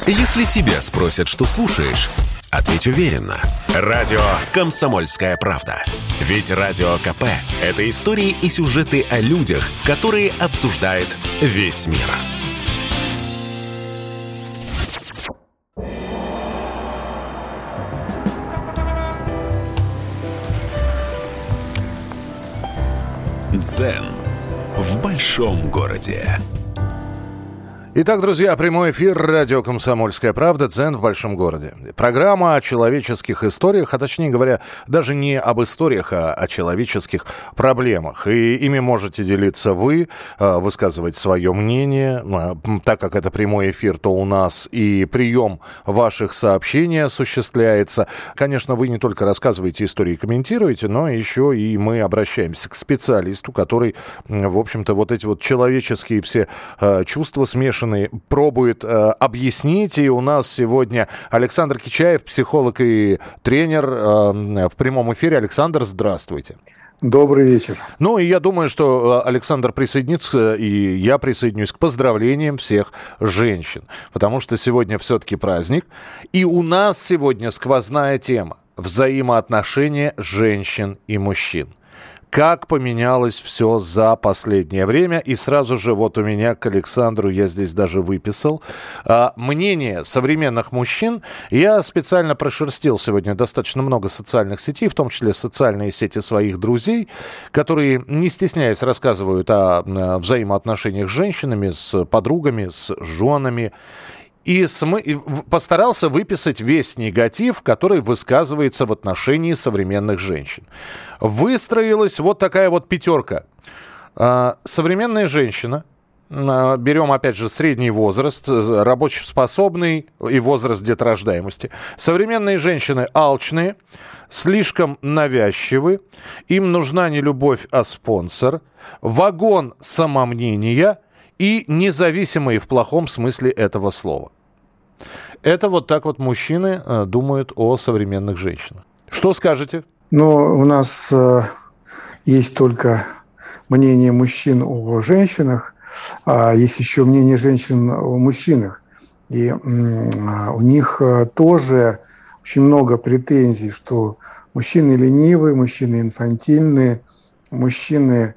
Если тебя спросят, что слушаешь, ответь уверенно. Радио «Комсомольская правда». Ведь Радио КП – это истории и сюжеты о людях, которые обсуждает весь мир. Дзен в большом городе. Итак, друзья, прямой эфир радио «Комсомольская правда», «Дзен в большом городе». Программа о человеческих историях, а точнее говоря, даже не об историях, а о человеческих проблемах. И ими можете делиться вы, высказывать свое мнение. Так как это прямой эфир, то у нас и прием ваших сообщений осуществляется. Конечно, вы не только рассказываете истории и комментируете, но еще и мы обращаемся к специалисту, который, в общем-то, вот эти вот человеческие все чувства смешанные пробует объяснить. И у нас сегодня Александр Кичаев, психолог и тренер, в прямом эфире. Александр, здравствуйте. Добрый вечер. Ну, и я думаю, что Александр присоединится, и я присоединюсь к поздравлениям всех женщин. Потому что сегодня все-таки праздник. И у нас сегодня сквозная тема – взаимоотношения женщин и мужчин. Как поменялось все за последнее время. И сразу же вот у меня к Александру, я здесь даже выписал, мнение современных мужчин. Я специально прошерстил сегодня достаточно много социальных сетей, в том числе социальные сети своих друзей, которые, не стесняясь, рассказывают о взаимоотношениях с женщинами, с подругами, с женами. И постарался выписать весь негатив, который высказывается в отношении современных женщин. Выстроилась вот такая вот пятерка. Современная женщина, берем опять же средний возраст, рабочеспособный и возраст деторождаемости. Современные женщины алчные, слишком навязчивы, им нужна не любовь, а спонсор, вагон самомнения и независимые в плохом смысле этого слова. Это вот так вот мужчины думают о современных женщинах. Что скажете? Ну, у нас есть только мнение мужчин о женщинах, а есть еще мнение женщин о мужчинах. И у них тоже очень много претензий, что мужчины ленивые, мужчины инфантильные, мужчины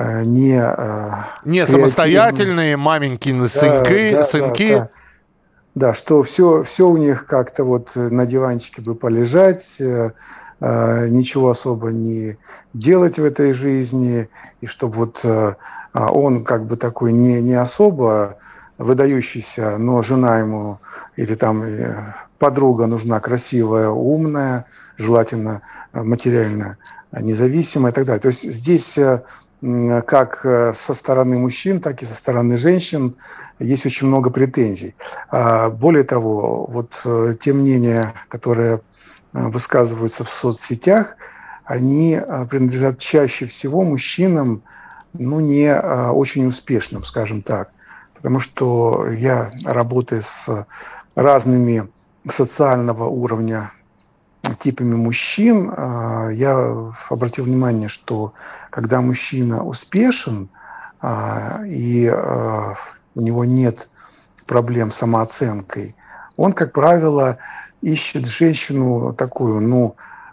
не самостоятельные, маменькины сынки. Да, что все у них как-то вот на диванчике бы полежать, ничего особо не делать в этой жизни, и чтобы вот он как бы такой не особо выдающийся, но жена ему или там подруга нужна красивая, умная, желательно материально независимая и так далее. То есть здесь как со стороны мужчин, так и со стороны женщин есть очень много претензий. Более того, вот те мнения, которые высказываются в соцсетях, они принадлежат чаще всего мужчинам, ну, не очень успешным, скажем так. Потому что я, работая с разными социального уровня типами мужчин, я обратил внимание, что когда мужчина успешен и у него нет проблем с самооценкой, он, как правило, ищет женщину такую,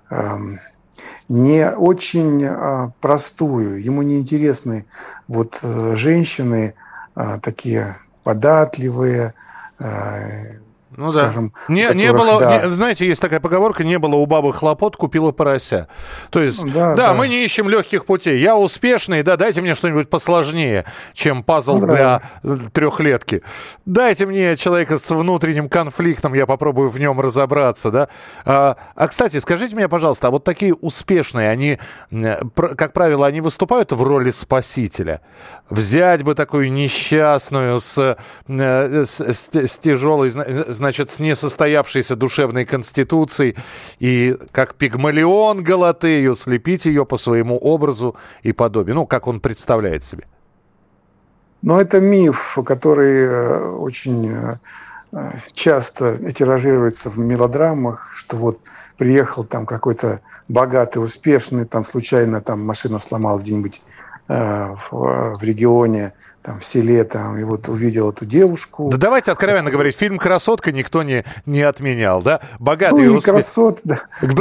не очень простую. Ему не интересны вот женщины такие податливые, ну скажем, да. Не было, знаете, есть такая поговорка: не было у бабы хлопот, купила порося. То есть, мы не ищем легких путей. Я успешный, дайте мне что-нибудь посложнее, чем пазл для трехлетки. Дайте мне человека с внутренним конфликтом, я попробую в нем разобраться, да. Кстати, скажите мне, пожалуйста, а вот такие успешные, они, как правило, они выступают в роли спасителя? Взять бы такую несчастную с тяжелой, значит, с несостоявшейся душевной конституцией и, как Пигмалион Галатею, слепить ее по своему образу и подобию. Ну, как он представляет себе. Но это миф, который очень часто тиражируется в мелодрамах, что вот приехал там какой-то богатый, успешный, там случайно там машина сломалась где-нибудь в регионе, там в селе, там, и вот увидел эту девушку. Да давайте откровенно говорить, фильм «Красотка» никто не отменял, да? Богатый успешный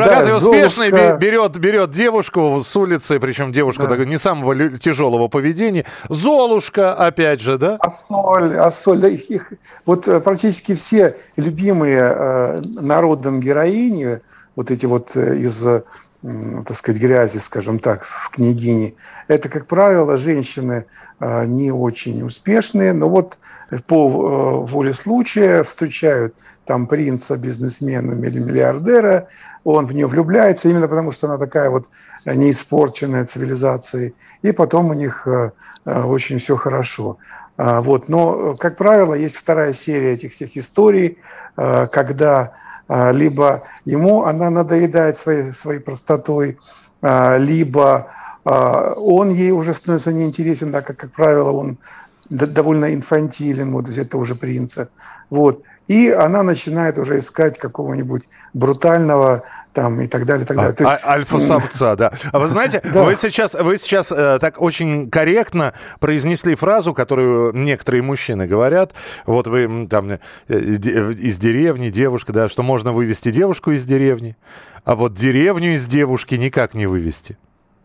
берет девушку с улицы, причем девушку такой, не самого тяжелого поведения. Золушка, опять же, да? Ассоль, да, их вот практически все любимые народом героини, вот эти вот из, так сказать, грязи, скажем так, в княгине, это, как правило, женщины не очень успешные, но вот по воле случая встречают там принца, бизнесмена или миллиардера, он в нее влюбляется именно потому, что она такая вот неиспорченная цивилизацией, и потом у них очень все хорошо. Вот. Но, как правило, есть вторая серия этих всех историй, когда либо ему она надоедает своей простотой, либо он ей уже становится неинтересен, да, как правило, он довольно инфантилен, вот из этого же принца. Вот. И она начинает уже искать какого-нибудь брутального там и так далее, и так далее. То есть, альфа-самца, да. А вы знаете, да. вы сейчас так очень корректно произнесли фразу, которую некоторые мужчины говорят. Вот вы там из деревни, девушка, да, что можно вывести девушку из деревни, а вот деревню из девушки никак не вывести.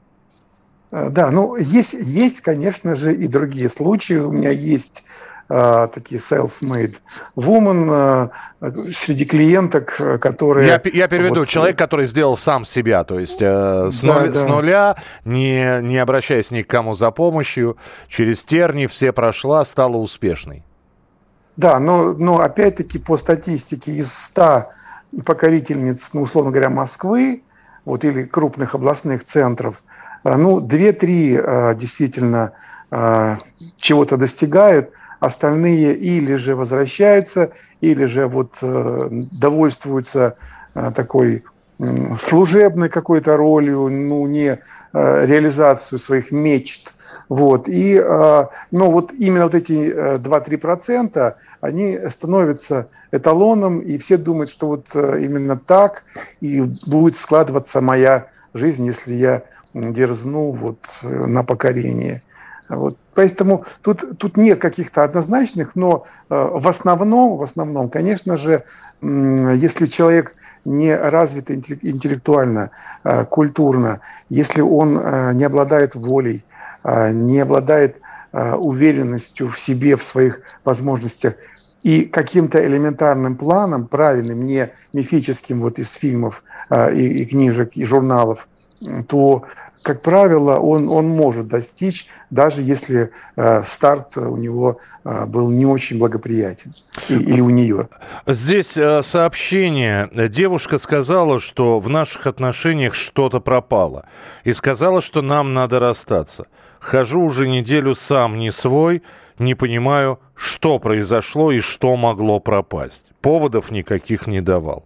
Да, ну есть, конечно же, и другие случаи. У меня есть такие self-made woman среди клиенток, которые... Я переведу, вот, человек, который сделал сам себя, то есть с нуля, не обращаясь ни к кому за помощью, через тернии все прошла, стала успешной. Да, но опять-таки по статистике из 100 покорительниц, ну, условно говоря, Москвы, вот, или крупных областных центров, ну, 2-3 действительно чего-то достигают, остальные или же возвращаются, или же вот довольствуются такой служебной какой-то ролью, ну, не реализацию своих мечт. Вот. И, но вот именно вот эти 2-3%, они становятся эталоном, и все думают, что вот именно так и будет складываться моя жизнь, если я дерзну вот на покорение. Вот. Поэтому тут нет каких-то однозначных, но в основном, конечно же, если человек не развит интеллектуально, культурно, если он не обладает волей, не обладает уверенностью в себе, в своих возможностях и каким-то элементарным планом, правильным, не мифическим вот из фильмов и книжек, и журналов, то, как правило, он может достичь, даже если старт у него был не очень благоприятен. Или у нее. Здесь сообщение. Девушка сказала, что в наших отношениях что-то пропало. И сказала, что нам надо расстаться. Хожу уже неделю сам не свой, не понимаю, что произошло и что могло пропасть. Поводов никаких не давал.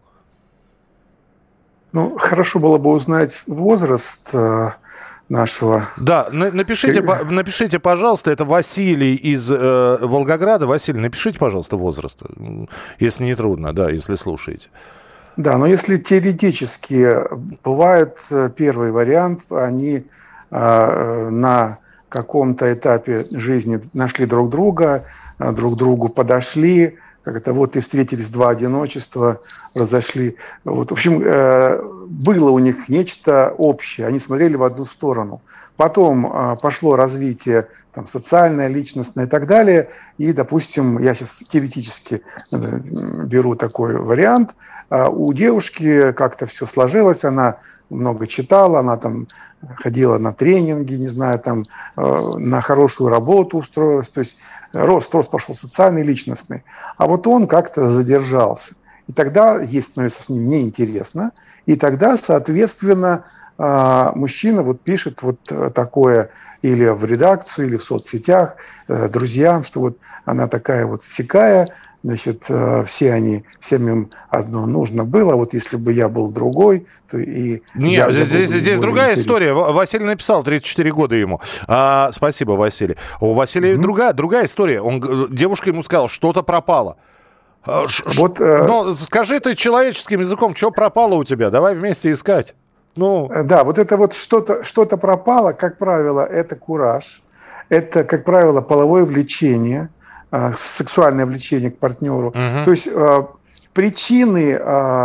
Ну, хорошо было бы узнать возраст нашего... Да, напишите, пожалуйста, это Василий из Волгограда. Василий, напишите, пожалуйста, возраст, если не трудно, да, если слушаете. Да, но если теоретически бывает первый вариант, они на каком-то этапе жизни нашли друг друга, друг другу подошли, как это вот и встретились два одиночества, разошли. Вот. В общем, было у них нечто общее, они смотрели в одну сторону. Потом пошло развитие там, социальное, личностное и так далее. И, допустим, я сейчас теоретически беру такой вариант. У девушки как-то все сложилось, она много читала, она там ходила на тренинги, не знаю, там на хорошую работу устроилась. То есть рост пошел социальный, личностный. А вот он как-то задержался. И тогда ей становится с ним неинтересно. И тогда, соответственно, мужчина вот пишет вот такое или в редакцию, или в соцсетях друзьям, что вот она такая вот сякая, значит, всем им одно нужно было, вот если бы я был другой, то и... Нет, здесь другая история. Василий написал, 34 года ему. Спасибо, Василий. У Василия другая история. Девушка ему сказала, что-то пропало. Вот, но скажи ты человеческим языком, что пропало у тебя? Давай вместе искать. Ну. Да, вот это вот что-то пропало, как правило, это кураж. это, как правило, половое влечение, сексуальное влечение к партнеру. То есть причины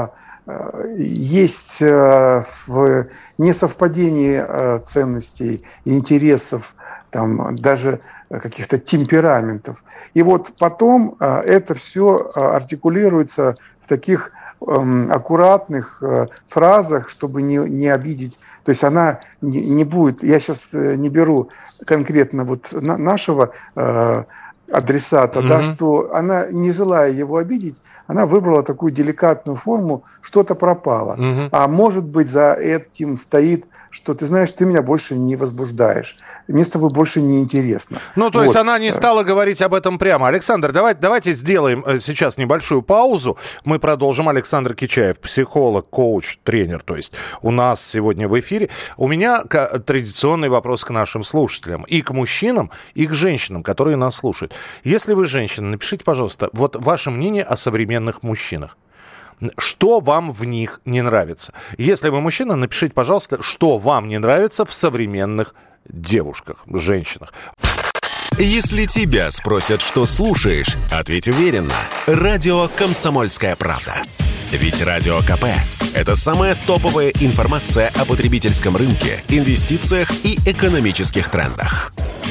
есть в несовпадении ценностей и интересов, там, даже каких-то темпераментов. И вот потом это все артикулируется в таких аккуратных фразах, чтобы не обидеть. То есть она не будет, я сейчас не беру конкретно вот нашего адресата, да, что она, не желая его обидеть, она выбрала такую деликатную форму, что-то пропало. А может быть, за этим стоит, что ты знаешь, ты меня больше не возбуждаешь, мне с тобой больше не интересно. Ну, то есть она не стала говорить об этом прямо. Александр, давайте сделаем сейчас небольшую паузу. Мы продолжим. Александр Кичаев, психолог, коуч, тренер, то есть у нас сегодня в эфире. У меня традиционный вопрос к нашим слушателям. И к мужчинам, и к женщинам, которые нас слушают. Если вы женщина, напишите, пожалуйста, вот ваше мнение о современных мужчинах. Что вам в них не нравится? Если вы мужчина, напишите, пожалуйста, что вам не нравится в современных девушках, женщинах. Если тебя спросят, что слушаешь, ответь уверенно. Радио «Комсомольская правда». Ведь Радио КП – это самая топовая информация о потребительском рынке, инвестициях и экономических трендах.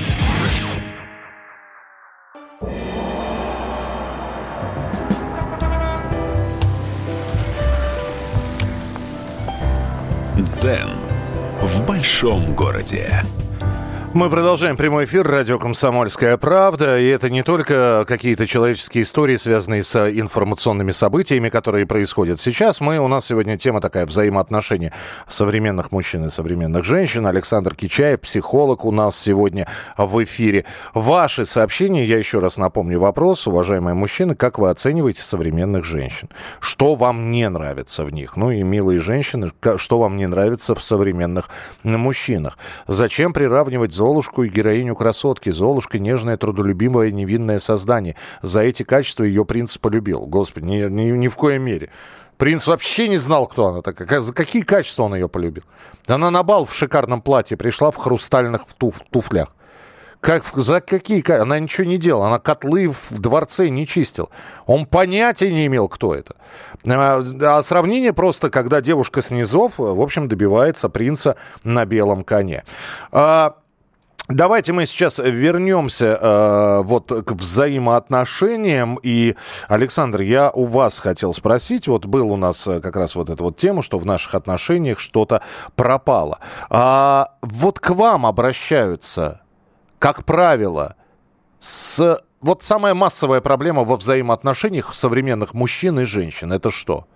Дзен в большом городе. Мы продолжаем прямой эфир. Радио «Комсомольская правда». И это не только какие-то человеческие истории, связанные с информационными событиями, которые происходят сейчас. У нас сегодня тема такая: взаимоотношения современных мужчин и современных женщин. Александр Кичаев, психолог, у нас сегодня в эфире. Ваши сообщения, я еще раз напомню вопрос, уважаемые мужчины, как вы оцениваете современных женщин? Что вам не нравится в них? Ну и, милые женщины, что вам не нравится в современных мужчинах? Зачем приравнивать Золушку и героиню красотки? Золушка — нежное, трудолюбивое, невинное создание. За эти качества ее принц полюбил. Господи, ни в коей мере. Принц вообще не знал, кто она такая. За какие качества он ее полюбил? Она на бал в шикарном платье пришла в хрустальных туфлях. За какие? Она ничего не делала. Она котлы в дворце не чистила. Он понятия не имел, кто это. А сравнение просто, когда девушка с низов, в общем, добивается принца на белом коне. Давайте мы сейчас вернемся вот к взаимоотношениям. И, Александр, я у вас хотел спросить. Вот был у нас как раз вот эта вот тема, что в наших отношениях что-то пропало. Вот к вам обращаются, как правило, вот самая массовая проблема во взаимоотношениях современных мужчин и женщин. Это что?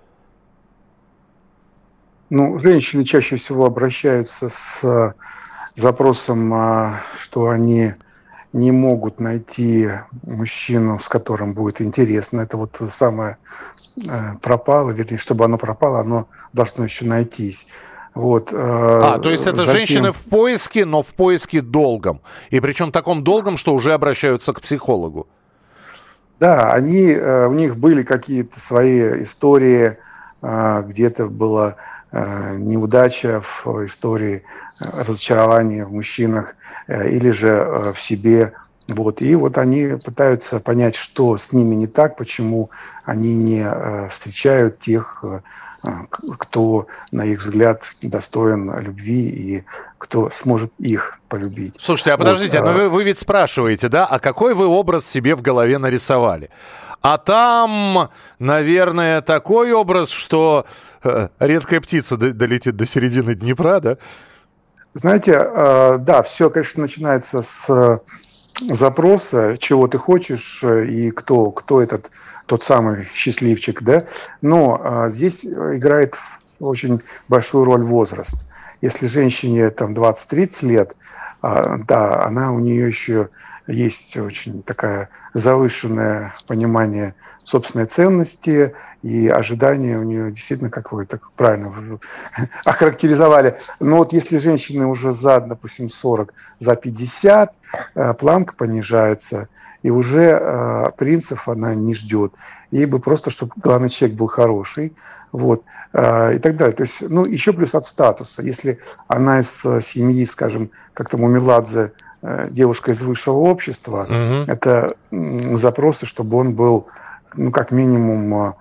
Ну, женщины чаще всего обращаются с запросом, что они не могут найти мужчину, с которым будет интересно. Это вот самое пропало, вернее, чтобы оно пропало, оно должно еще найтись. Вот, то есть это женщины в поиске, но в поиске долгом. И причем таком долгом, что уже обращаются к психологу. Да, у них были какие-то свои истории, где-то была неудача в истории, разочарование в мужчинах или же в себе. Вот. И вот они пытаются понять, что с ними не так, почему они не встречают тех, кто, на их взгляд, достоин любви и кто сможет их полюбить. Слушайте, а подождите, но вы ведь спрашиваете, да, а какой вы образ себе в голове нарисовали? А там, наверное, такой образ, что редкая птица долетит до середины Днепра, да? Знаете, да, все, конечно, начинается с запроса, чего ты хочешь и кто этот тот самый счастливчик, да. Но здесь играет очень большую роль возраст. Если женщине там 20-30 лет, да, у нее еще есть очень такая завышенное понимание собственной ценности и ожидания у нее действительно, как вы так правильно охарактеризовали. Но вот если женщины уже за, допустим, 40, за 50, планка понижается, и уже принцев она не ждет. Ей бы просто, чтобы главный человек был хороший, вот, и так далее. То есть, ну, еще плюс от статуса. Если она из семьи, скажем, как там у Меладзе, девушка из высшего общества. Это запросы, чтобы он был, ну, как минимум,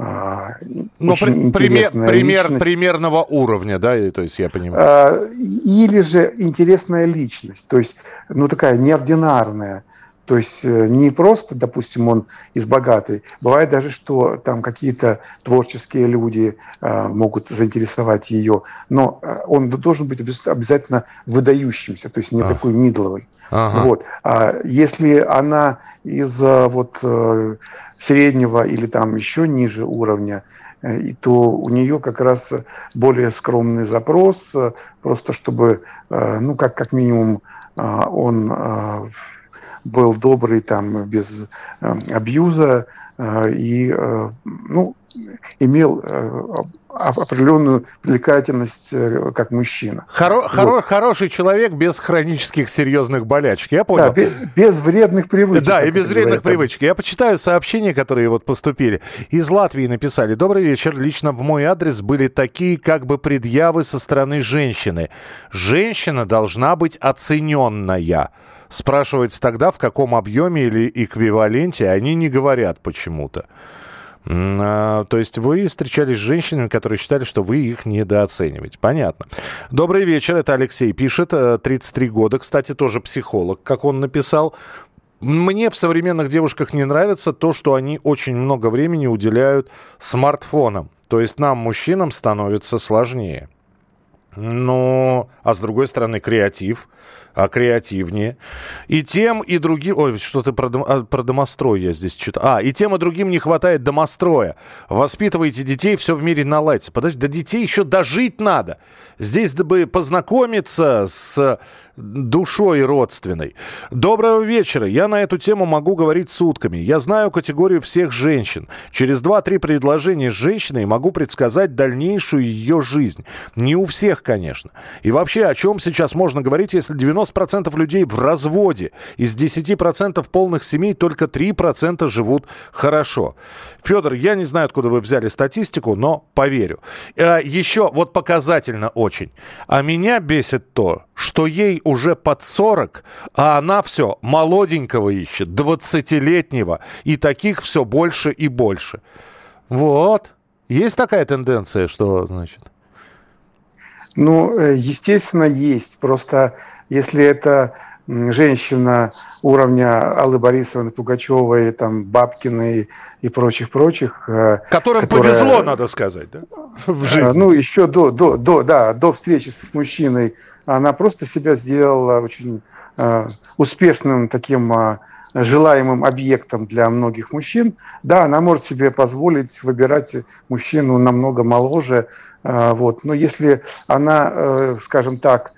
очень интересная личность. Примерного уровня, да, то есть я понимаю. Или же интересная личность, то есть, ну, такая неординарная. То есть не просто, допустим, он из богатой. Бывает даже, что там какие-то творческие люди могут заинтересовать ее, но он должен быть обязательно выдающимся, то есть не такой мидловый. Вот. А если она из среднего или там еще ниже уровня, то у нее как раз более скромный запрос, просто чтобы, ну, как минимум, он был добрый, там, без абьюза и, ну, имел определенную привлекательность как мужчина. Хороший человек без хронических серьезных болячек, я понял. Да, без вредных привычек. Да, и без вредных привычек. Я почитаю сообщения, которые вот поступили. Из Латвии написали: «Добрый вечер. Лично в мой адрес были такие как бы предъявы со стороны женщины. Женщина должна быть оцененная». Спрашивается тогда, в каком объеме или эквиваленте, они не говорят почему-то. То есть вы встречались с женщинами, которые считали, что вы их недооцениваете. Понятно. Добрый вечер, это Алексей пишет, 33 года, кстати, тоже психолог, как он написал. Мне в современных девушках не нравится то, что они очень много времени уделяют смартфонам. То есть нам, мужчинам, становится сложнее. Ну, а с другой стороны, креативнее. И тем, и другим... Ой, что-то про домострой я здесь читаю. И тем, и другим не хватает домостроя. Воспитываете детей, все в мире наладится. Подожди, до детей еще дожить надо. Здесь бы познакомиться с душой родственной. Доброго вечера. Я на эту тему могу говорить сутками. Я знаю категорию всех женщин. Через 2-3 предложения с женщиной могу предсказать дальнейшую ее жизнь. Не у всех, конечно. И вообще, о чем сейчас можно говорить, если 90% людей в разводе? Из 10% полных семей только 3% живут хорошо. Федор, я не знаю, откуда вы взяли статистику, но поверю. Еще вот показательно очень. А меня бесит то, что ей уже под 40, а она все молоденького ищет, 20-летнего, и таких все больше и больше. Вот. Есть такая тенденция, что, значит? Ну, естественно, есть. Просто если это женщина уровня Аллы Борисовны Пугачевой, там, Бабкиной и прочих, которым повезло, надо сказать, да? В жизни. Ну, еще до встречи с мужчиной она просто себя сделала очень успешным таким желаемым объектом для многих мужчин. Да, она может себе позволить выбирать мужчину намного моложе, вот. Но если она, скажем так,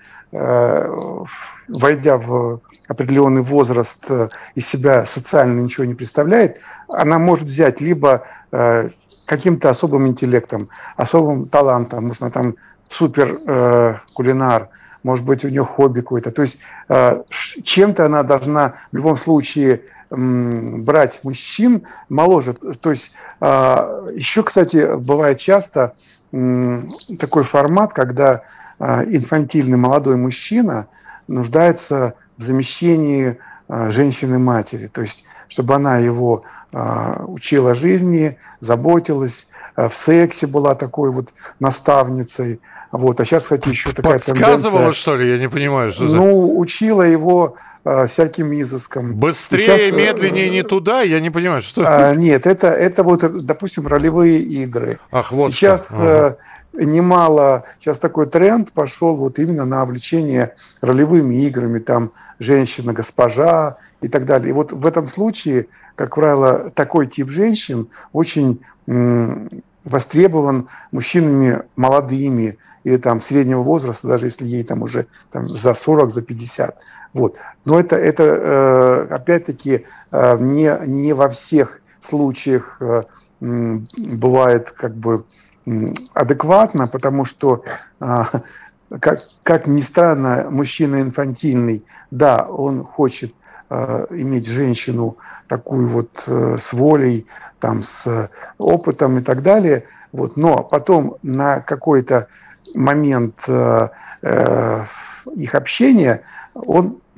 войдя в определенный возраст, из себя социально ничего не представляет, она может взять либо каким-то особым интеллектом, особым талантом, может, она там супер кулинар, может быть, у нее хобби какое-то. То есть чем-то она должна в любом случае брать мужчин моложе. То есть еще, кстати, бывает часто такой формат, когда инфантильный молодой мужчина нуждается в замещении женщины-матери. То есть, чтобы она его учила жизни, заботилась, в сексе была такой вот наставницей. Вот. А сейчас, кстати, еще такая тенденция. Подсказывала, что ли? Я не понимаю, что за... Ну, учила его всяким изыскам. Быстрее, сейчас, медленнее, не туда? Я не понимаю, что... Нет, это вот, допустим, ролевые игры. Ах, вот сейчас немало, сейчас такой тренд пошел вот именно на увлечение ролевыми играми, там женщина-госпожа и так далее. И вот в этом случае, как правило, такой тип женщин очень востребован мужчинами молодыми или там среднего возраста, даже если ей там уже там, за 40, за 50. Вот. Но это опять-таки не во всех случаях бывает как бы адекватно, потому что, как ни странно, мужчина инфантильный, да, он хочет иметь женщину такую вот с волей, там, с опытом и так далее, вот, но потом на какой-то момент их общения он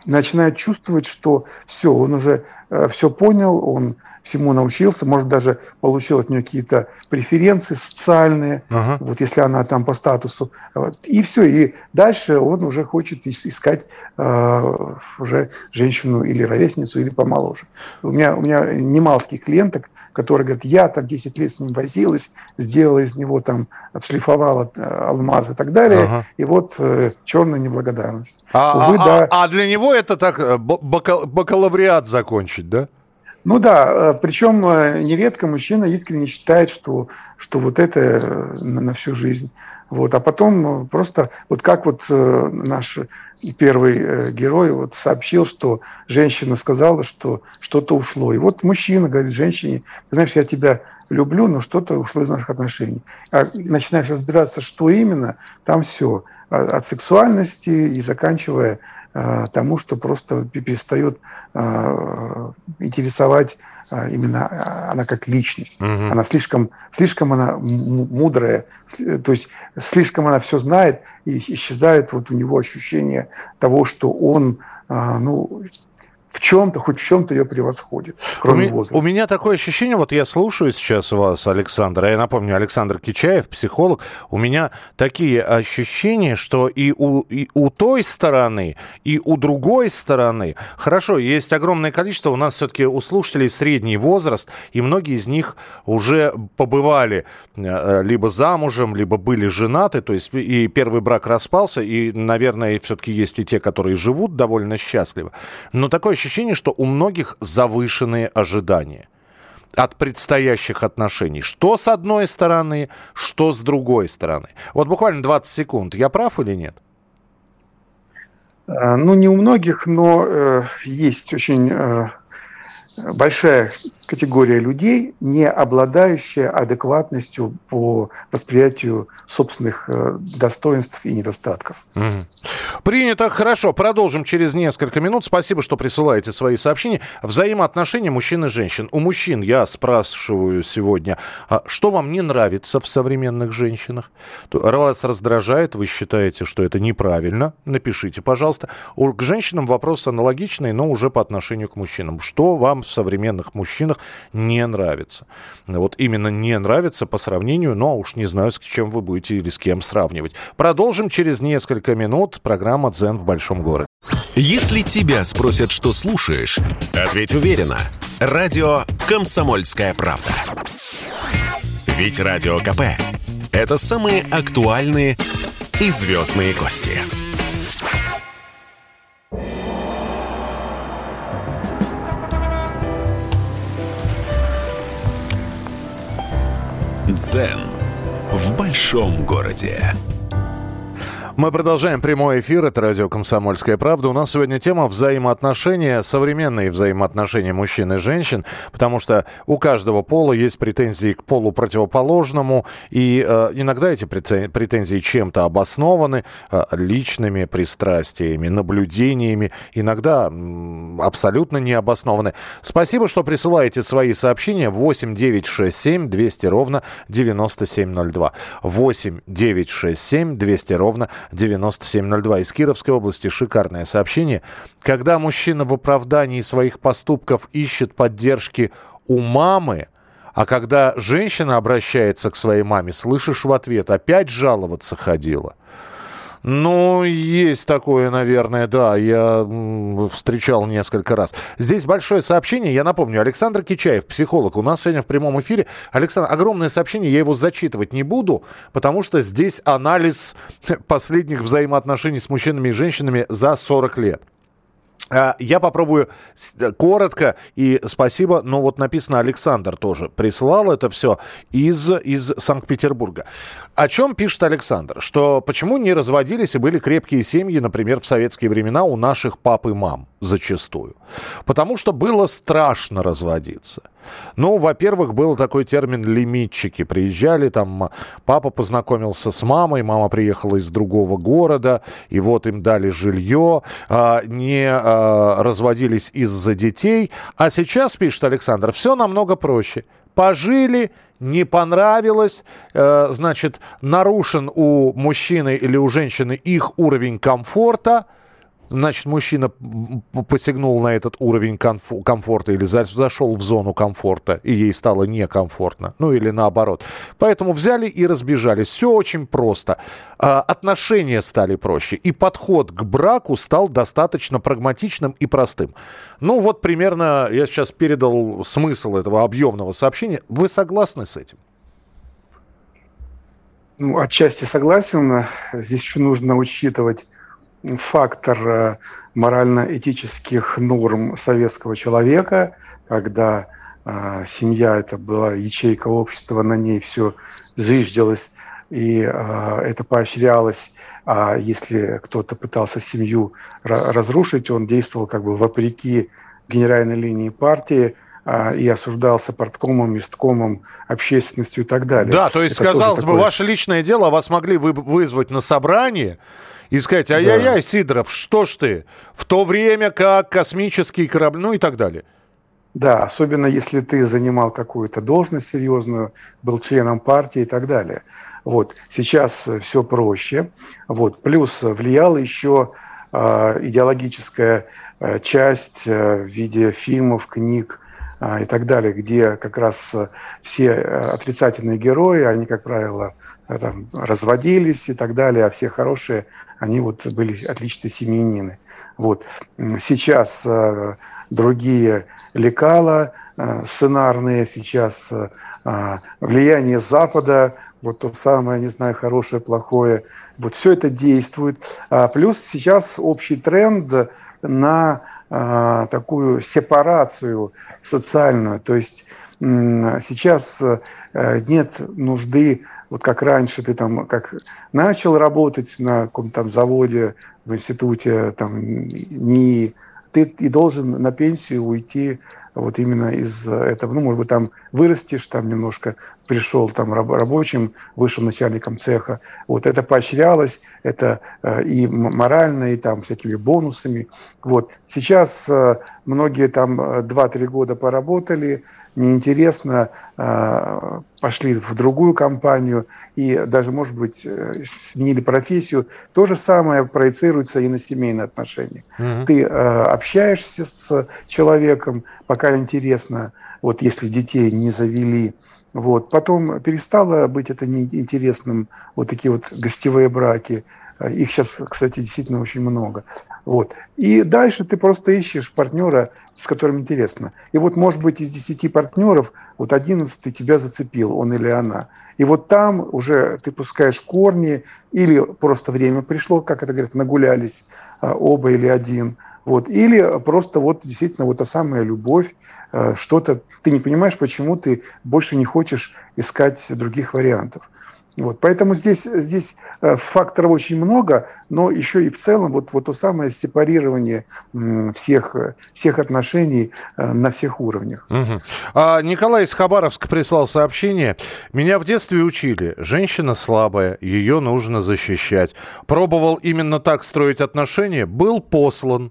начинает чувствовать, что все, он уже все понял, он всему научился, может, даже получил от нее какие-то преференции социальные, вот если она там по статусу. Вот, и все, и дальше он уже хочет искать уже женщину или ровесницу, или помоложе. У меня немало таких клиенток, которые говорят, я там 10 лет с ним возилась, сделала из него там, отшлифовала алмазы и так далее, и вот черная неблагодарность. А для него это так бакалавриат закончить, да? Ну да, причем нередко мужчина искренне считает, что вот это на всю жизнь. Вот, а потом просто, вот как вот наш первый герой вот сообщил, что женщина сказала, что что-то ушло. И вот мужчина говорит женщине, знаешь, я тебя люблю, но что-то ушло из наших отношений. А начинаешь разбираться, что именно, там все. От сексуальности и заканчивая тому, что просто перестает интересовать именно она как личность. Она слишком она мудрая, то есть слишком она все знает, и исчезает вот у него ощущение того, что он, хоть в чем-то ее превосходит, кроме возраста. У меня такое ощущение, вот я слушаю сейчас вас, Александр, я напомню, Александр Кичаев, психолог, у меня такие ощущения, что и у той стороны, и у другой стороны, хорошо, есть огромное количество, у нас все-таки у слушателей средний возраст, и многие из них уже побывали либо замужем, либо были женаты, то есть и первый брак распался, и, наверное, все-таки есть и те, которые живут довольно счастливо, но такое ощущение, что у многих завышенные ожидания от предстоящих отношений. Что с одной стороны, что с другой стороны. Вот буквально 20 секунд. Я прав или нет? Не у многих, но есть очень большая категория людей, не обладающая адекватностью по восприятию собственных достоинств и недостатков. Принято. Хорошо. Продолжим через несколько минут. Спасибо, что присылаете свои сообщения. Взаимоотношения мужчин и женщин. У мужчин я спрашиваю сегодня, что вам не нравится в современных женщинах? Вас раздражает, вы считаете, что это неправильно? Напишите, пожалуйста. К женщинам вопрос аналогичный, но уже по отношению к мужчинам. Что вам в современных мужчинах не нравится? Вот именно не нравится по сравнению, но уж не знаю, с чем вы будете или с кем сравнивать. Продолжим через несколько минут. Программа «Дзен в большом городе». Если тебя спросят, что слушаешь, ответь уверенно. Радио «Комсомольская правда». Ведь Радио КП – это самые актуальные и звездные гости. Дзен в большом городе. Мы продолжаем прямой эфир. Это радио «Комсомольская правда». У нас сегодня тема взаимоотношения, современные взаимоотношения мужчин и женщин, потому что у каждого пола есть претензии к полу противоположному, и иногда эти претензии чем-то обоснованы, личными пристрастиями, наблюдениями, иногда абсолютно не обоснованы. Спасибо, что присылаете свои сообщения. 8 967 200 ровно 9702. 8 967 200 ровно 9702. Из Кировской области шикарное сообщение. Когда мужчина в оправдании своих поступков ищет поддержки у мамы, а когда женщина обращается к своей маме, слышишь в ответ: опять жаловаться ходила. Есть такое, наверное, да, я встречал несколько раз. Здесь большое сообщение, я напомню, Александр Кичаев, психолог, у нас сегодня в прямом эфире. Александр, огромное сообщение, я его зачитывать не буду, потому что здесь анализ последних взаимоотношений с мужчинами и женщинами за 40 лет. Я попробую коротко, и спасибо, но вот написано, Александр тоже прислал это все из Санкт-Петербурга. О чем пишет Александр? Что почему не разводились и были крепкие семьи, например, в советские времена у наших пап и мам зачастую? Потому что было страшно разводиться. Во-первых, был такой термин «лимитчики». Приезжали, там папа познакомился с мамой, мама приехала из другого города, и вот им дали жилье, не разводились из-за детей. А сейчас, пишет Александр, все намного проще. Пожили, не понравилось, значит, нарушен у мужчины или у женщины их уровень комфорта, Значит, мужчина посягнул на этот уровень комфорта или зашел в зону комфорта, и ей стало некомфортно. Ну, или наоборот. Поэтому взяли и разбежались. Все очень просто. Отношения стали проще. И подход к браку стал достаточно прагматичным и простым. Ну, вот примерно я сейчас передал смысл этого объемного сообщения. Вы согласны с этим? Ну, отчасти согласен. Здесь еще нужно учитывать фактор морально-этических норм советского человека, когда семья – это была ячейка общества, на ней все зиждилось, и это поощрялось. А если кто-то пытался семью разрушить, он действовал как бы вопреки генеральной линии партии и осуждался парткомом, месткомом, общественностью и так далее. Да, то есть, казалось бы, ваше личное дело, вас могли вызвать на собрание и сказать: ай-яй-яй, Сидоров, что ж ты? В то время как космические корабли, ну и так далее. Да, особенно если ты занимал какую-то должность серьезную, был членом партии и так далее. Вот. Сейчас все проще. Вот. Плюс влияла еще идеологическая часть в виде фильмов, книг и так далее, где как раз все отрицательные герои, они, как правило, там, разводились и так далее, а все хорошие, они вот были отличные семьянины. Вот. Сейчас другие лекала сценарные, сейчас влияние Запада, вот то самое, не знаю, хорошее, плохое, вот все это действует. Плюс сейчас общий тренд на такую сепарацию социальную, то есть сейчас нет нужды, вот как раньше ты там как начал работать на каком-то там заводе, в институте, там, ты и должен на пенсию уйти вот именно из этого. Ну, может быть, там вырастешь, там немножко пришел там рабочим, вышел начальником цеха. Вот это поощрялось, это и морально, и там всякими бонусами. Вот. Сейчас многие там 2-3 года поработали, неинтересно, пошли в другую компанию и даже, может быть, сменили профессию. То же самое проецируется и на семейные отношения. Mm-hmm. Ты общаешься с человеком, пока интересно, вот если детей не завели, вот. Потом перестало быть это неинтересным, вот такие вот гостевые браки. Их сейчас, кстати, действительно очень много. Вот. И дальше ты просто ищешь партнера, с которым интересно. И вот, может быть, из 10 партнеров, вот 11 тебя зацепил, он или она. И вот там уже ты пускаешь корни, или просто время пришло, как это говорят, нагулялись оба или один. Вот. Или просто вот действительно вот та самая любовь, что-то, ты не понимаешь, почему ты больше не хочешь искать других вариантов. Вот. Поэтому здесь факторов очень много, но еще и в целом вот то самое сепарирование всех отношений на всех уровнях. Угу. Николай из Хабаровска прислал сообщение. Меня в детстве учили. Женщина слабая, ее нужно защищать. Пробовал именно так строить отношения, был послан.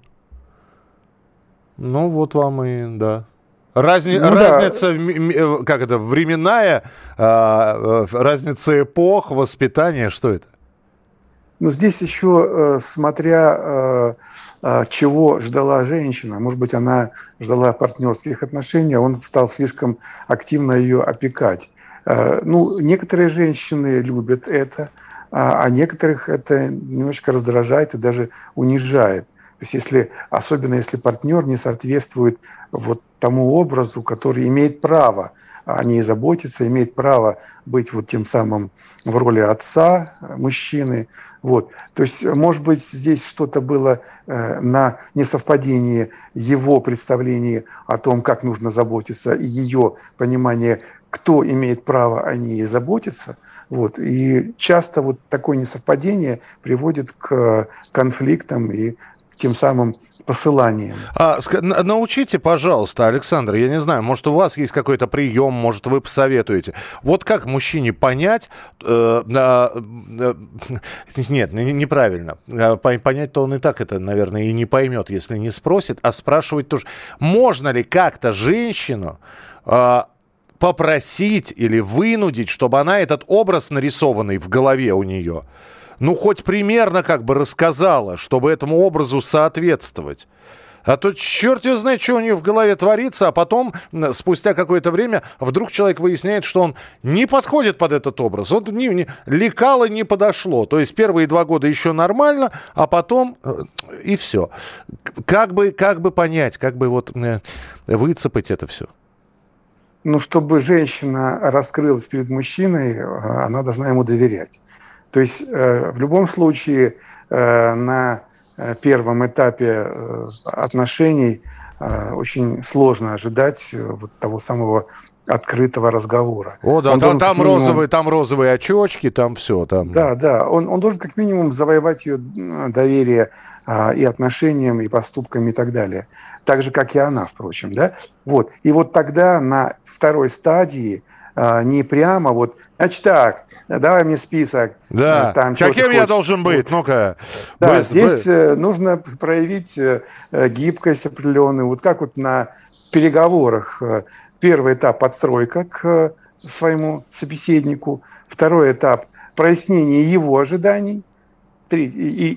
Ну вот вам и да. Разница, как это, временная, разница эпох, воспитания, что это? Ну, здесь еще смотря чего ждала женщина. Может быть, она ждала партнерских отношений, а он стал слишком активно ее опекать. Ну, некоторые женщины любят это, а некоторых это немножечко раздражает и даже унижает. То есть особенно если партнер не соответствует вот тому образу, который имеет право о ней заботиться, имеет право быть вот тем самым в роли отца, мужчины. Вот. То есть, может быть, здесь что-то было на несовпадении его представлений о том, как нужно заботиться, и ее понимание, кто имеет право о ней заботиться. Вот. И часто вот такое несовпадение приводит к конфликтам и тем самым посыланием. Научите, пожалуйста, Александр, я не знаю, может, у вас есть какой-то прием, может, вы посоветуете. Вот как мужчине понять... Нет, неправильно. Понять-то он и так это, наверное, и не поймет, если не спросит, а спрашивать тоже. Можно ли как-то женщину попросить или вынудить, чтобы она этот образ, нарисованный в голове у нее, хоть примерно как бы рассказала, чтобы этому образу соответствовать. А то черт его знает, что у нее в голове творится, а потом, спустя какое-то время, вдруг человек выясняет, что он не подходит под этот образ. Вот лекало не подошло. То есть первые 2 года еще нормально, а потом и все. Как бы понять, как бы вот выцепать это все? Чтобы женщина раскрылась перед мужчиной, она должна ему доверять. То есть в любом случае на первом этапе отношений очень сложно ожидать вот того самого открытого разговора. О, да, там розовые очечки, там все. Там... Да, он должен как минимум завоевать ее доверие и отношениям, и поступкам, и так далее. Так же, как и она, впрочем, да? Вот. И вот тогда на второй стадии не прямо вот, значит так, давай мне список. Да, там, каким я должен быть? Вот. Ну-ка. Да, здесь нужно проявить гибкость определенную. Вот как вот на переговорах. Первый этап – подстройка к своему собеседнику. Второй этап – прояснение его ожиданий и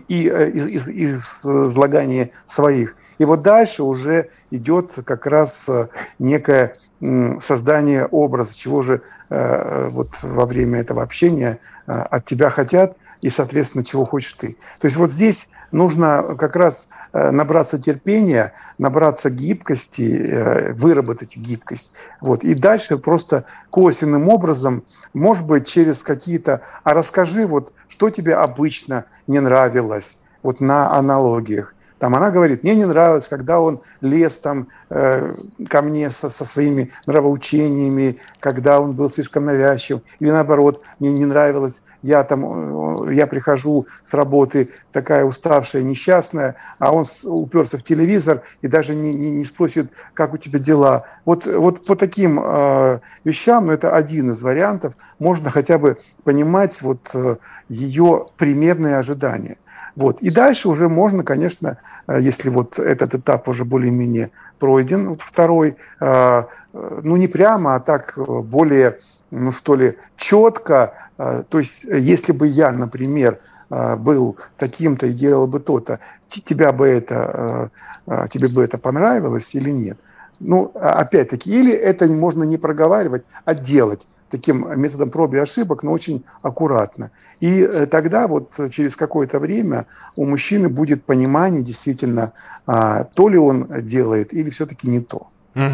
излагание своих. И вот дальше уже идет как раз некое создание образа, чего же вот во время этого общения от тебя хотят и, соответственно, чего хочешь ты. То есть вот здесь нужно как раз набраться терпения, набраться гибкости, выработать гибкость. Вот. И дальше просто косвенным образом, может быть, через какие-то... А расскажи, вот, что тебе обычно не нравилось вот на аналогиях. Там она говорит, мне не нравилось, когда он лез там, ко мне со своими нравоучениями, когда он был слишком навязчив. Или наоборот, мне не нравилось, я прихожу с работы такая уставшая, несчастная, а он уперся в телевизор и даже не спросит, как у тебя дела. Вот по таким вещам, это один из вариантов, можно хотя бы понимать вот ее примерные ожидания. Вот. И дальше уже можно, конечно, если вот этот этап уже более-менее пройден, вот второй, не прямо, а так более, четко. То есть, если бы я, например, был таким-то и делал бы то-то, тебе бы это понравилось или нет? Опять-таки, или это можно не проговаривать, а делать таким методом проб и ошибок, но очень аккуратно. И тогда вот через какое-то время у мужчины будет понимание действительно, то ли он делает или все-таки не то.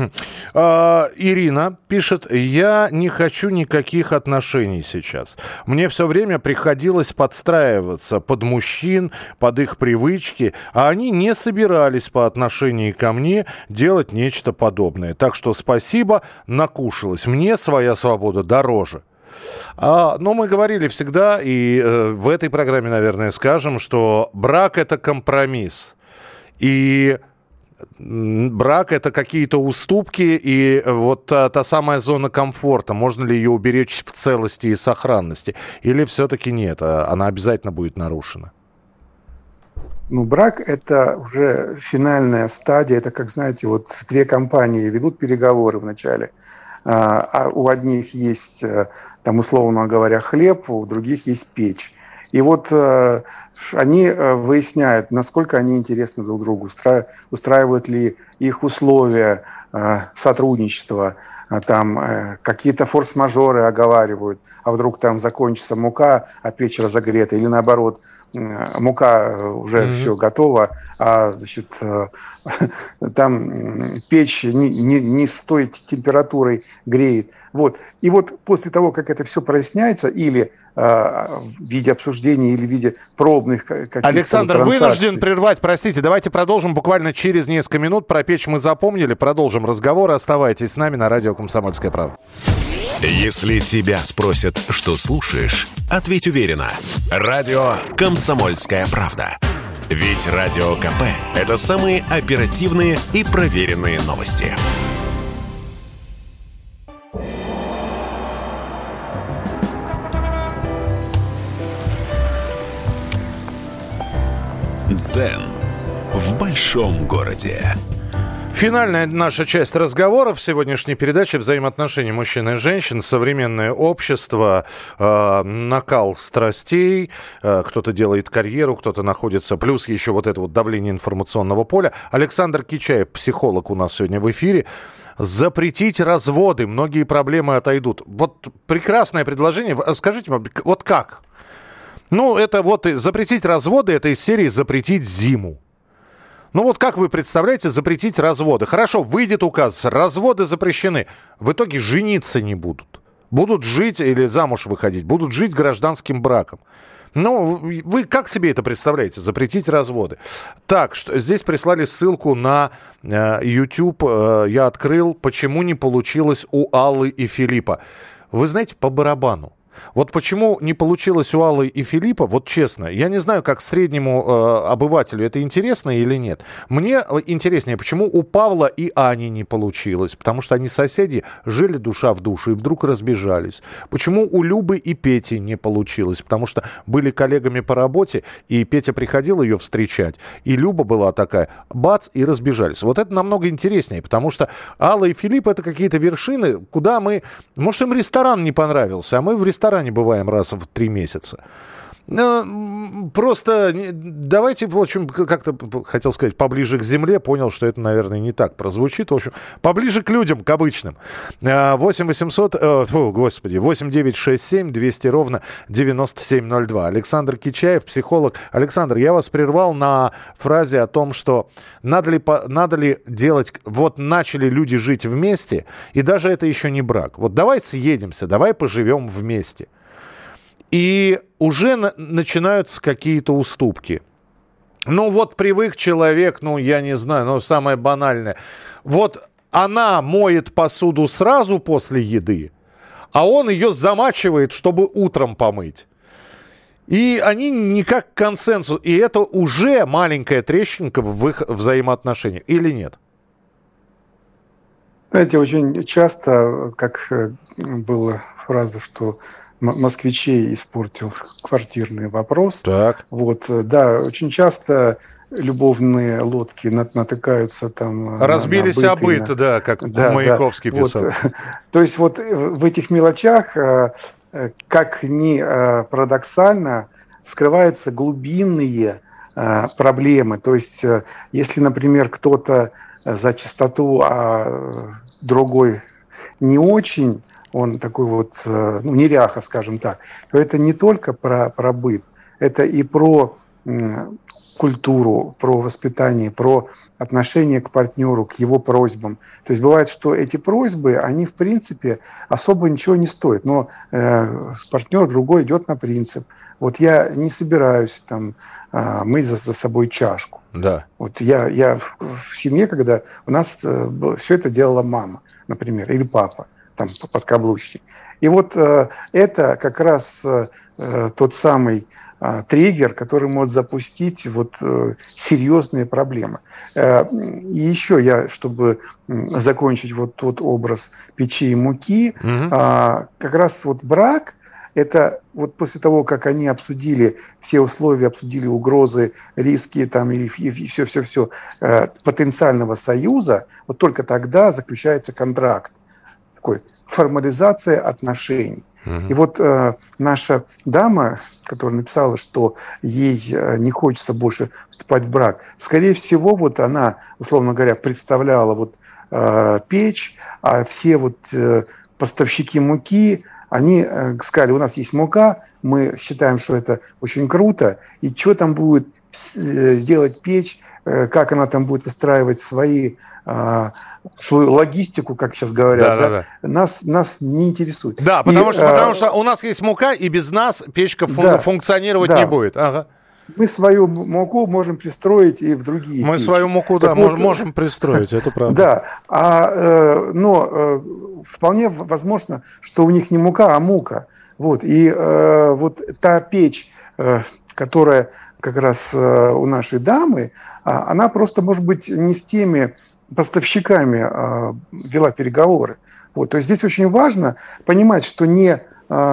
Ирина пишет, я не хочу никаких отношений сейчас. Мне все время приходилось подстраиваться под мужчин, под их привычки, а они не собирались по отношению ко мне делать нечто подобное. Так что спасибо, накушалась. Мне своя свобода дороже. Но мы говорили всегда, и в этой программе, наверное, скажем, что брак – это компромисс. И брак – это какие-то уступки, и вот та самая зона комфорта, можно ли ее уберечь в целости и сохранности? Или все-таки нет, она обязательно будет нарушена? Брак – это уже финальная стадия. Это, как, знаете, вот 2 компании ведут переговоры вначале. А у одних есть, там, условно говоря, хлеб, у других есть печь. И вот они выясняют, насколько они интересны друг другу, устраивают ли их условия сотрудничества, там какие-то форс-мажоры оговаривают, а вдруг там закончится мука, а печь разогрета, или наоборот, мука уже все готово, а значит, там печь не с той температурой греет. Вот. И вот после того, как это все проясняется, или в виде обсуждений, или в виде пробных каких-то Александр, вынужден прервать, простите, давайте продолжим буквально через несколько минут. Про печь мы запомнили, продолжим разговор. Оставайтесь с нами на радио «Комсомольская правда». Если тебя спросят, что слушаешь, ответь уверенно. Радио «Комсомольская правда». Ведь Радио КП – это самые оперативные и проверенные новости. Дзен в большом городе. Финальная наша часть разговора в сегодняшней передаче — взаимоотношения мужчин и женщин, современное общество, накал страстей, кто-то делает карьеру, кто-то находится, плюс еще вот это вот давление информационного поля. Александр Кичаев, психолог, у нас сегодня в эфире. Запретить разводы, многие проблемы отойдут. Вот прекрасное предложение. Скажите, вот как? Ну, это вот запретить разводы, это из серии «Запретить зиму». Ну вот как вы представляете запретить разводы? Хорошо, выйдет указ, разводы запрещены. В итоге жениться не будут. Будут жить или замуж выходить, будут жить гражданским браком. Ну, вы как себе это представляете, запретить разводы? Так, здесь прислали ссылку на YouTube, я открыл, почему не получилось у Аллы и Филиппа. Вы знаете, по барабану. Вот почему не получилось у Аллы и Филиппа, вот честно, я не знаю, как среднему обывателю это интересно или нет. Мне интереснее, почему у Павла и Ани не получилось, потому что они соседи, жили душа в душу и вдруг разбежались. Почему у Любы и Пети не получилось, потому что были коллегами по работе, и Петя приходил ее встречать, и Люба была такая, бац, и разбежались. Вот это намного интереснее, потому что Алла и Филипп — это какие-то вершины, куда мы... Может, им ресторан не понравился, а мы в ресторане бываем раз в 3 месяца. Просто давайте, в общем, как-то хотел сказать, поближе к земле. Понял, что это, наверное, не так прозвучит. В общем, поближе к людям, к обычным. 8 9 6 7 200 ровно 9702. Александр Кичаев, психолог. Александр, я вас прервал на фразе о том, что надо ли делать... Вот начали люди жить вместе, и даже это еще не брак. Вот давай съедемся, давай поживем вместе. И уже начинаются какие-то уступки. Ну вот привык человек, ну я не знаю, ну самое банальное. Вот она моет посуду сразу после еды, а он ее замачивает, чтобы утром помыть. И они никак к консенсусу. И это уже маленькая трещинка в их взаимоотношениях. Или нет? Знаете, очень часто, как была фраза, что москвичей испортил квартирный вопрос. Так. Вот, да, очень часто любовные лодки натыкаются там... Разбились о быт, да, как Маяковский писал. Вот, то есть вот в этих мелочах, как ни парадоксально, скрываются глубинные проблемы. То есть если, например, кто-то за чистоту, а другой не очень... он такой вот, ну, неряха, скажем так, то это не только про быт, это и про культуру, про воспитание, про отношение к партнеру, к его просьбам. То есть бывает, что эти просьбы, они в принципе особо ничего не стоят, но партнер другой идет на принцип. Вот я не собираюсь там мыть за собой чашку. Да. Вот я в семье, когда у нас все это делала мама, например, или папа. Там подкаблучник. И вот это как раз тот самый триггер, который может запустить вот серьезные проблемы. И еще я, чтобы закончить вот тот образ печи и муки, как раз вот брак, это вот после того, как они обсудили все условия, обсудили угрозы, риски там, и все потенциального союза, вот только тогда заключается контракт. Такой формализация отношений. И вот наша дама, которая написала, что ей не хочется больше вступать в брак, скорее всего, вот она, условно говоря, представляла вот печь, а все вот поставщики муки, они сказали, у нас есть мука, мы считаем, что это очень круто, и что там будет делать печь, как она там будет выстраивать свою логистику, как сейчас говорят, нас не интересует. Да, потому что у нас есть мука, и без нас печка функционировать не будет. Ага. Мы свою муку можем пристроить и в другие Мы печи. Свою муку, да, можем пристроить, это правда. Да, но вполне возможно, что у них не мука, а мука. Вот, и вот та печь, которая как раз у нашей дамы, она просто, может быть, не с теми поставщиками вела переговоры. Вот, то есть здесь очень важно понимать, что не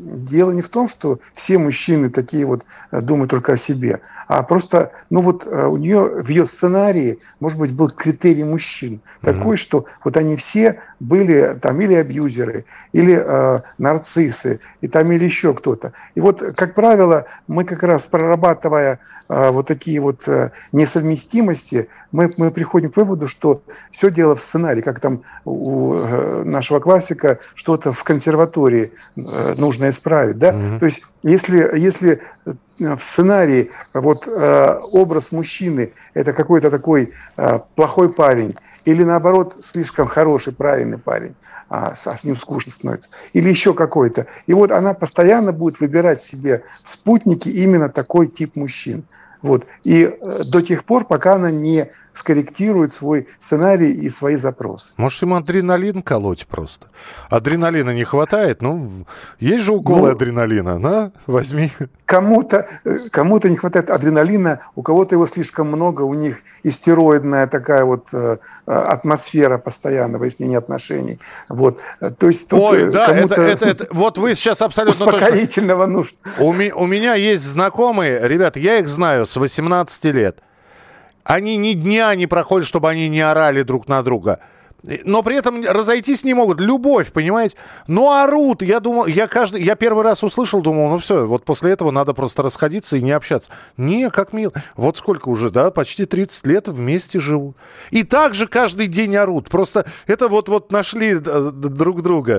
дело не в том, что все мужчины такие вот думают только о себе, а просто, ну вот у нее в ее сценарии, может быть, был критерий мужчин такой, что вот они все были там или абьюзеры, или нарциссы, и там или еще кто-то. И вот, как правило, мы как раз прорабатывая вот такие вот несовместимости, мы приходим к выводу, что все дело в сценарии, как там у нашего классика что-то в консерватории нужно исправить, да? То есть если в сценарии вот образ мужчины – это какой-то такой плохой парень, или наоборот слишком хороший, правильный парень, с ним скучно становится, или еще какой-то. И вот она постоянно будет выбирать себе в спутнике именно такой тип мужчин. Вот. И до тех пор, пока она не скорректирует свой сценарий и свои запросы. Может, ему адреналин колоть просто? Адреналина не хватает? Ну, есть же уколы адреналина, на, возьми. Кому-то не хватает адреналина, у кого-то его слишком много, у них истероидная такая вот атмосфера постоянного выяснения отношений. Вот. То есть тут ой, да, это вот вы сейчас абсолютно успокоительного нужно. У меня есть знакомые, ребят, я их знаю с 18 лет. Они ни дня не проходят, чтобы они не орали друг на друга. Но при этом разойтись не могут. Любовь, понимаете? Но орут. Я думал, я первый раз услышал, думал, ну все, вот после этого надо просто расходиться и не общаться. Не, как мило. Вот сколько уже, да, почти 30 лет вместе живут. И так же каждый день орут. Просто это вот нашли друг друга.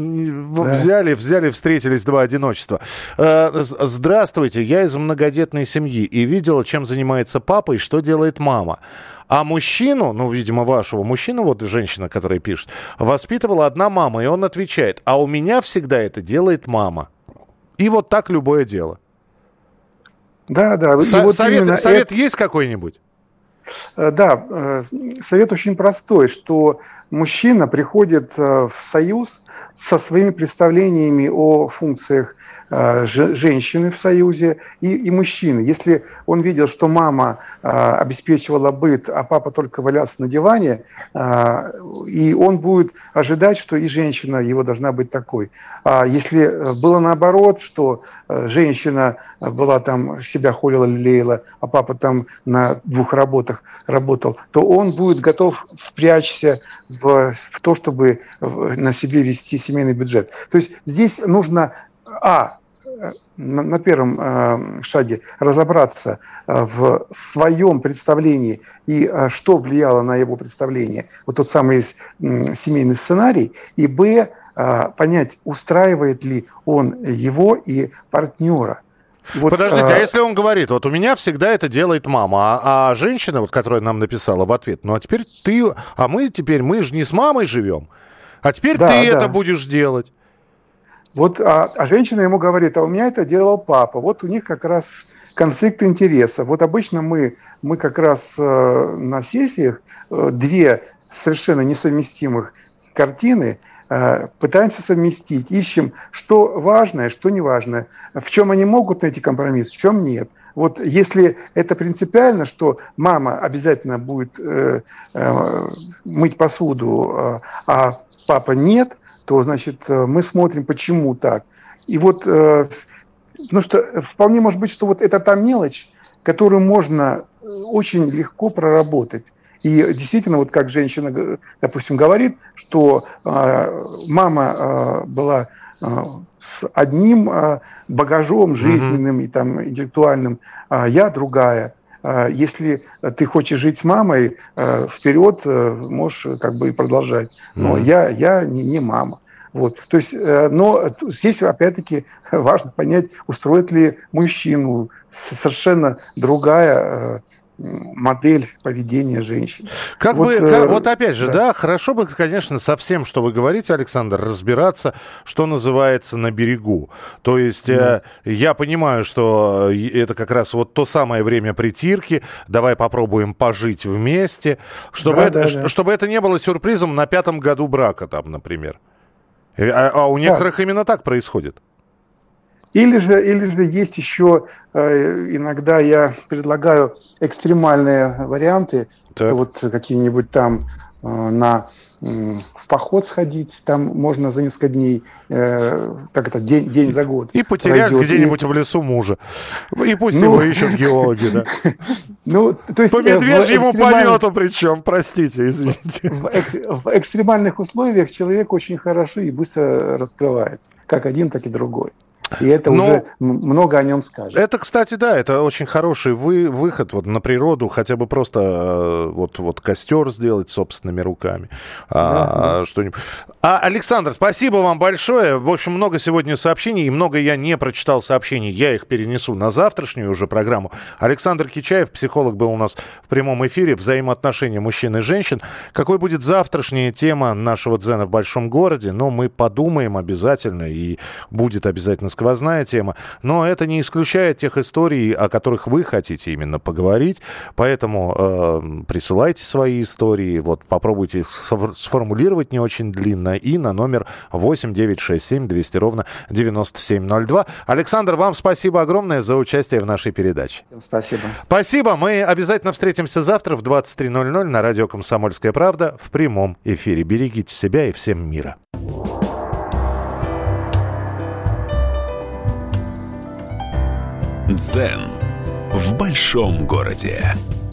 Взяли, встретились два одиночества. Здравствуйте, я из многодетной семьи и видела, чем занимается папа и что делает мама. А мужчину, ну, видимо, вашего мужчину, вот женщина, которая пишет, воспитывала одна мама, и он отвечает, а у меня всегда это делает мама. И вот так любое дело. Да. Совет есть какой-нибудь? Да, совет очень простой, что мужчина приходит в союз со своими представлениями о функциях женщины в союзе и мужчины. Если он видел, что мама обеспечивала быт, а папа только валялся на диване, и он будет ожидать, что и женщина его должна быть такой. А если было наоборот, что женщина была там, себя холила, лелеяла, а папа там на 2 работах работал, то он будет готов впрячься в то, чтобы на себе вести семейный бюджет. То есть здесь нужно на первом шаге разобраться в своем представлении и что влияло на его представление, вот тот самый семейный сценарий, и понять, устраивает ли он его и партнера. Вот, подождите, а если он говорит, вот у меня всегда это делает мама, а женщина, вот, которая нам написала в ответ, ну а теперь мы же не с мамой живем, а теперь ты это будешь делать. Вот, а женщина ему говорит, а у меня это делал папа. Вот у них как раз конфликт интересов. Вот обычно мы как раз на сессиях 2 совершенно несовместимых картины пытаемся совместить, ищем, что важное, что не важное, в чем они могут найти компромисс, в чем нет. Вот если это принципиально, что мама обязательно будет мыть посуду, а папа нет, то, значит, мы смотрим, почему так. И вот, ну что, вполне может быть, что вот это та мелочь, которую можно очень легко проработать. И действительно, вот как женщина, допустим, говорит, что мама была с одним багажом жизненным и там интеллектуальным, а я другая. Если ты хочешь жить с мамой, вперед можешь как бы и продолжать. Но я не мама. Вот. То есть, но здесь опять-таки важно понять, устроит ли мужчину совершенно другая модель поведения женщин. Вот опять же, да, хорошо бы, конечно, со всем, что вы говорите, Александр, разбираться, что называется, на берегу. То есть я понимаю, что это как раз вот то самое время притирки, давай попробуем пожить вместе, чтобы это не было сюрпризом на 5-м году брака, там, например. А у некоторых именно так происходит. Или же есть еще, иногда я предлагаю экстремальные варианты, вот какие-нибудь там на в поход сходить, там можно за несколько дней, день за год. И потерять где-нибудь в лесу мужа. И пусть его ищут геологи, да. То есть по медвежьему помету причем, простите, извините. В экстремальных условиях человек очень хорошо и быстро раскрывается, как один, так и другой. И это уже много о нем скажет. Это, кстати, да, это очень хороший выход вот на природу, хотя бы просто вот костер сделать собственными руками. Что-нибудь. Александр, спасибо вам большое. В общем, много сегодня сообщений, и много я не прочитал сообщений. Я их перенесу на завтрашнюю уже программу. Александр Кичаев, психолог, был у нас в прямом эфире. Взаимоотношения мужчин и женщин. Какой будет завтрашняя тема нашего дзена в большом городе? Но мы подумаем обязательно, и будет обязательно сквозная тема, но это не исключает тех историй, о которых вы хотите именно поговорить, поэтому присылайте свои истории, попробуйте их сформулировать не очень длинно, и на номер 8-967-200-97-02. Александр, вам спасибо огромное за участие в нашей передаче. Спасибо. Спасибо. Мы обязательно встретимся завтра в 23:00 на радио «Комсомольская правда» в прямом эфире. Берегите себя и всем мира. Дзен в большом городе.